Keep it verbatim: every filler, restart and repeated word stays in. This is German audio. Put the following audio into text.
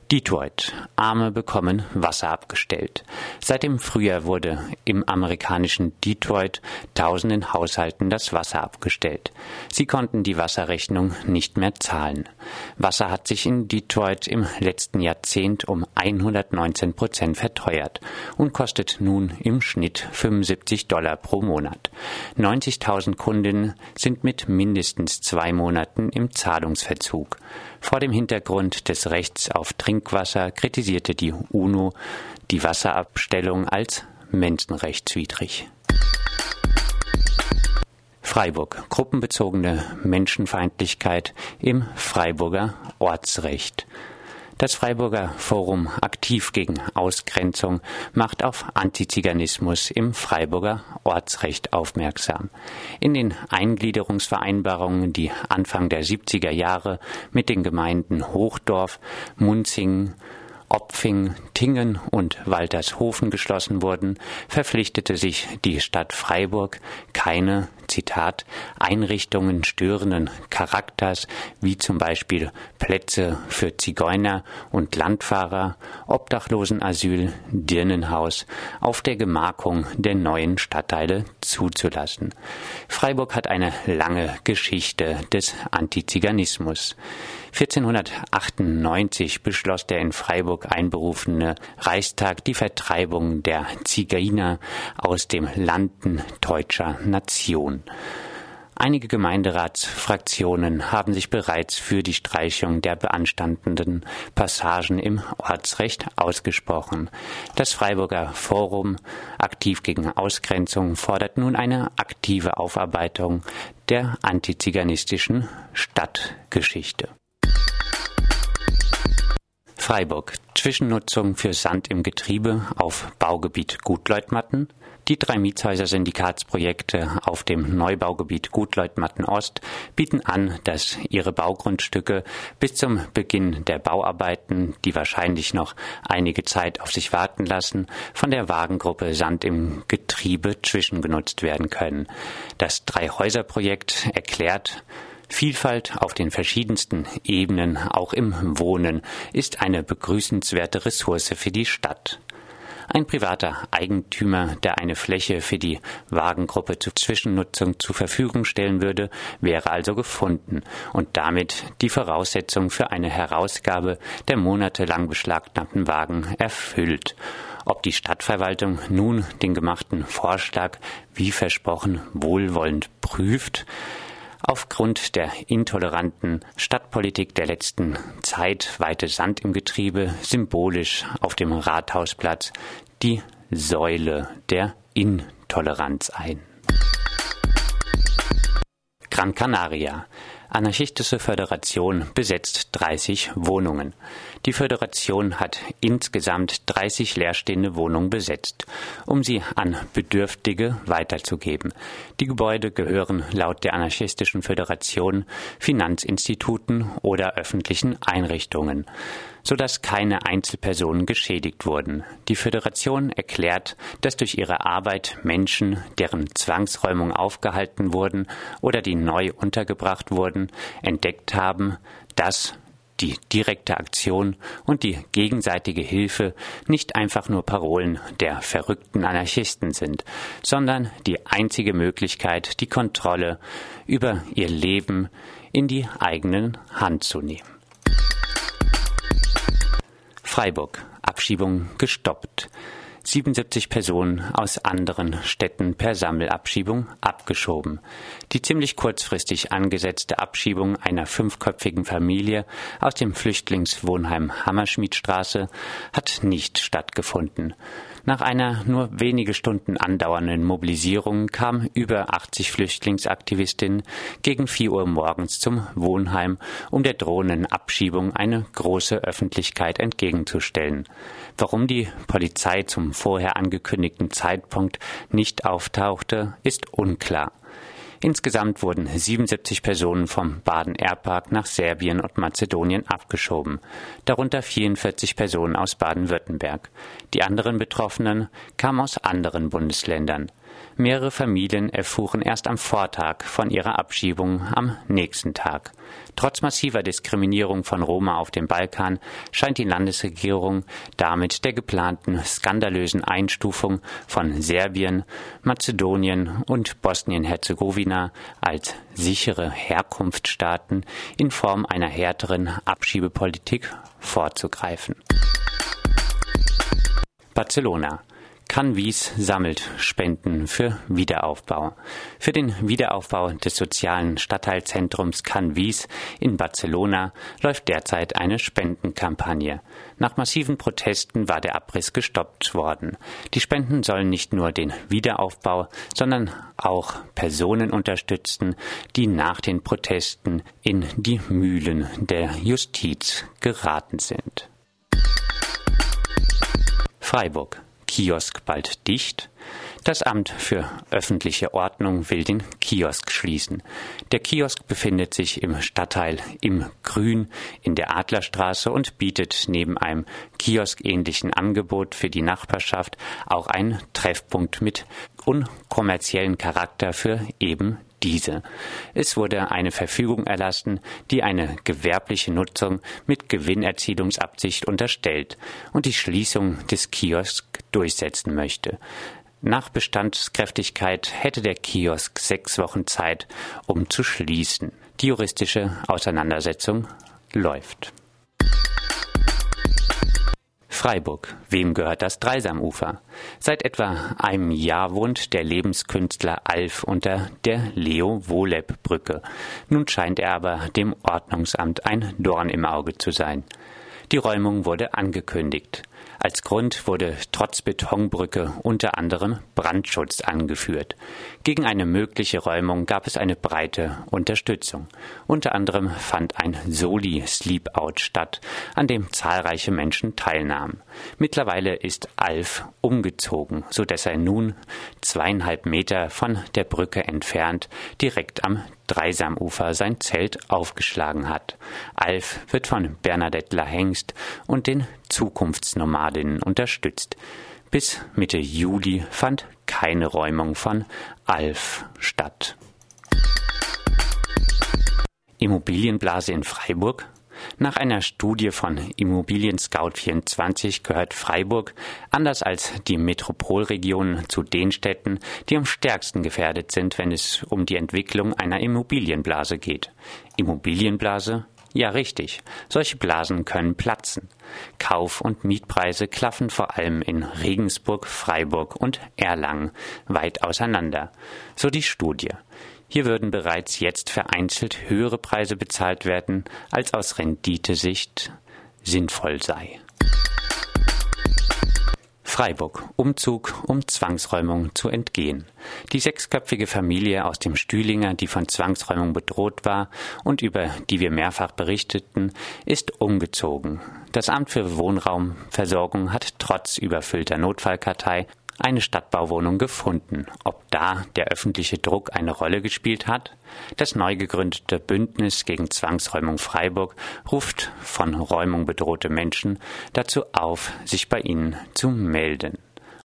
Detroit. Arme bekommen Wasser abgestellt. Seit dem Frühjahr wurde im amerikanischen Detroit tausenden Haushalten das Wasser abgestellt. Sie konnten die Wasserrechnung nicht mehr zahlen. Wasser hat sich in Detroit im letzten Jahrzehnt um hundertneunzehn Prozent verteuert und kostet nun im Schnitt fünfundsiebzig Dollar pro Monat. neunzigtausend Kundinnen sind mit mindestens zwei Monaten im Zahlungsverzug. Vor dem Hintergrund des Rechts auf Trinkwasser kritisierte die UNO die Wasserabstellung als menschenrechtswidrig. Freiburg. Gruppenbezogene Menschenfeindlichkeit im Freiburger Ortsrecht. Das Freiburger Forum Aktiv gegen Ausgrenzung macht auf Antiziganismus im Freiburger Ortsrecht aufmerksam. In den Eingliederungsvereinbarungen, die Anfang der siebziger Jahre mit den Gemeinden Hochdorf, Munzingen, Opfing, Tingen und Waltershofen geschlossen wurden, verpflichtete sich die Stadt Freiburg, keine, Zitat, Einrichtungen störenden Charakters, wie zum Beispiel Plätze für Zigeuner und Landfahrer, Obdachlosenasyl, Dirnenhaus, auf der Gemarkung der neuen Stadtteile zuzulassen. Freiburg hat eine lange Geschichte des Antiziganismus. vierzehnhundertachtundneunzig beschloss der in Freiburg einberufene Reichstag die Vertreibung der Zigeuner aus dem Landen deutscher Nation. Einige Gemeinderatsfraktionen haben sich bereits für die Streichung der beanstandenden Passagen im Ortsrecht ausgesprochen. Das Freiburger Forum Aktiv gegen Ausgrenzung fordert nun eine aktive Aufarbeitung der antiziganistischen Stadtgeschichte. Freiburg. Zwischennutzung für Sand im Getriebe auf Baugebiet Gutleutmatten. Die drei Mietshäuser-Syndikatsprojekte auf dem Neubaugebiet Gutleutmatten Ost bieten an, dass ihre Baugrundstücke bis zum Beginn der Bauarbeiten, die wahrscheinlich noch einige Zeit auf sich warten lassen, von der Wagengruppe Sand im Getriebe zwischengenutzt werden können. Das Drei-Häuser-Projekt erklärt, Vielfalt auf den verschiedensten Ebenen, auch im Wohnen, ist eine begrüßenswerte Ressource für die Stadt. Ein privater Eigentümer, der eine Fläche für die Wagengruppe zur Zwischennutzung zur Verfügung stellen würde, wäre also gefunden und damit die Voraussetzung für eine Herausgabe der monatelang beschlagnahmten Wagen erfüllt. Ob die Stadtverwaltung nun den gemachten Vorschlag, wie versprochen, wohlwollend prüft? Aufgrund der intoleranten Stadtpolitik der letzten Zeit weihte Sand im Getriebe symbolisch auf dem Rathausplatz die Säule der Intoleranz ein. Gran Canaria. Anarchistische Föderation besetzt dreißig Wohnungen. Die Föderation hat insgesamt dreißig leerstehende Wohnungen besetzt, um sie an Bedürftige weiterzugeben. Die Gebäude gehören laut der Anarchistischen Föderation Finanzinstituten oder öffentlichen Einrichtungen, sodass keine Einzelpersonen geschädigt wurden. Die Föderation erklärt, dass durch ihre Arbeit Menschen, deren Zwangsräumung aufgehalten wurden oder die neu untergebracht wurden, entdeckt haben, dass die direkte Aktion und die gegenseitige Hilfe nicht einfach nur Parolen der verrückten Anarchisten sind, sondern die einzige Möglichkeit, die Kontrolle über ihr Leben in die eigene Hand zu nehmen. Freiburg. Abschiebung gestoppt. siebenundsiebzig Personen aus anderen Städten per Sammelabschiebung abgeschoben. Die ziemlich kurzfristig angesetzte Abschiebung einer fünfköpfigen Familie aus dem Flüchtlingswohnheim Hammerschmiedstraße hat nicht stattgefunden. Nach einer nur wenige Stunden andauernden Mobilisierung kamen über achtzig Flüchtlingsaktivistinnen gegen vier Uhr morgens zum Wohnheim, um der drohenden Abschiebung eine große Öffentlichkeit entgegenzustellen. Warum die Polizei zum vorher angekündigten Zeitpunkt nicht auftauchte, ist unklar. Insgesamt wurden siebenundsiebzig Personen vom Baden-Airpark nach Serbien und Mazedonien abgeschoben, darunter vierundvierzig Personen aus Baden-Württemberg. Die anderen Betroffenen kamen aus anderen Bundesländern. Mehrere Familien erfuhren erst am Vortag von ihrer Abschiebung am nächsten Tag. Trotz massiver Diskriminierung von Roma auf dem Balkan scheint die Landesregierung damit der geplanten skandalösen Einstufung von Serbien, Mazedonien und Bosnien-Herzegowina als sichere Herkunftsstaaten in Form einer härteren Abschiebepolitik vorzugreifen. Barcelona. Canvis sammelt Spenden für Wiederaufbau. Für den Wiederaufbau des sozialen Stadtteilzentrums Canvis in Barcelona läuft derzeit eine Spendenkampagne. Nach massiven Protesten war der Abriss gestoppt worden. Die Spenden sollen nicht nur den Wiederaufbau, sondern auch Personen unterstützen, die nach den Protesten in die Mühlen der Justiz geraten sind. Freiburg. Kiosk bald dicht. Das Amt für öffentliche Ordnung will den Kiosk schließen. Der Kiosk befindet sich im Stadtteil Im Grün in der Adlerstraße und bietet neben einem kioskähnlichen Angebot für die Nachbarschaft auch einen Treffpunkt mit unkommerziellen Charakter für eben diese. Es wurde eine Verfügung erlassen, die eine gewerbliche Nutzung mit Gewinnerzielungsabsicht unterstellt und die Schließung des Kiosks durchsetzen möchte. Nach Bestandskräftigkeit hätte der Kiosk sechs Wochen Zeit, um zu schließen. Die juristische Auseinandersetzung läuft. Freiburg. Wem gehört das Dreisamufer? Seit etwa einem Jahr wohnt der Lebenskünstler Alf unter der Leo-Wohleb-Brücke. Nun scheint er aber dem Ordnungsamt ein Dorn im Auge zu sein. Die Räumung wurde angekündigt. Als Grund wurde trotz Betonbrücke unter anderem Brandschutz angeführt. Gegen eine mögliche Räumung gab es eine breite Unterstützung. Unter anderem fand ein Soli-Sleepout statt, an dem zahlreiche Menschen teilnahmen. Mittlerweile ist Alf umgezogen, sodass er nun zweieinhalb Meter von der Brücke entfernt direkt am Dreisamufer sein Zelt aufgeschlagen hat. Alf wird von Bernadette Lahengst und den Zukunftsnomadinnen unterstützt. Bis Mitte Juli fand keine Räumung von Alf statt. Immobilienblase in Freiburg? Nach einer Studie von Immobilien Scout vierundzwanzig gehört Freiburg, anders als die Metropolregionen, zu den Städten, die am stärksten gefährdet sind, wenn es um die Entwicklung einer Immobilienblase geht. Immobilienblase? Ja, richtig. Solche Blasen können platzen. Kauf- und Mietpreise klaffen vor allem in Regensburg, Freiburg und Erlangen weit auseinander. So die Studie. Hier würden bereits jetzt vereinzelt höhere Preise bezahlt werden, als aus Renditesicht sinnvoll sei. Freiburg. Umzug, um Zwangsräumung zu entgehen. Die sechsköpfige Familie aus dem Stühlinger, die von Zwangsräumung bedroht war und über die wir mehrfach berichteten, ist umgezogen. Das Amt für Wohnraumversorgung hat trotz überfüllter Notfallkartei eine Stadtbauwohnung gefunden. Ob da der öffentliche Druck eine Rolle gespielt hat? Das neu gegründete Bündnis gegen Zwangsräumung Freiburg ruft von Räumung bedrohte Menschen dazu auf, sich bei ihnen zu melden.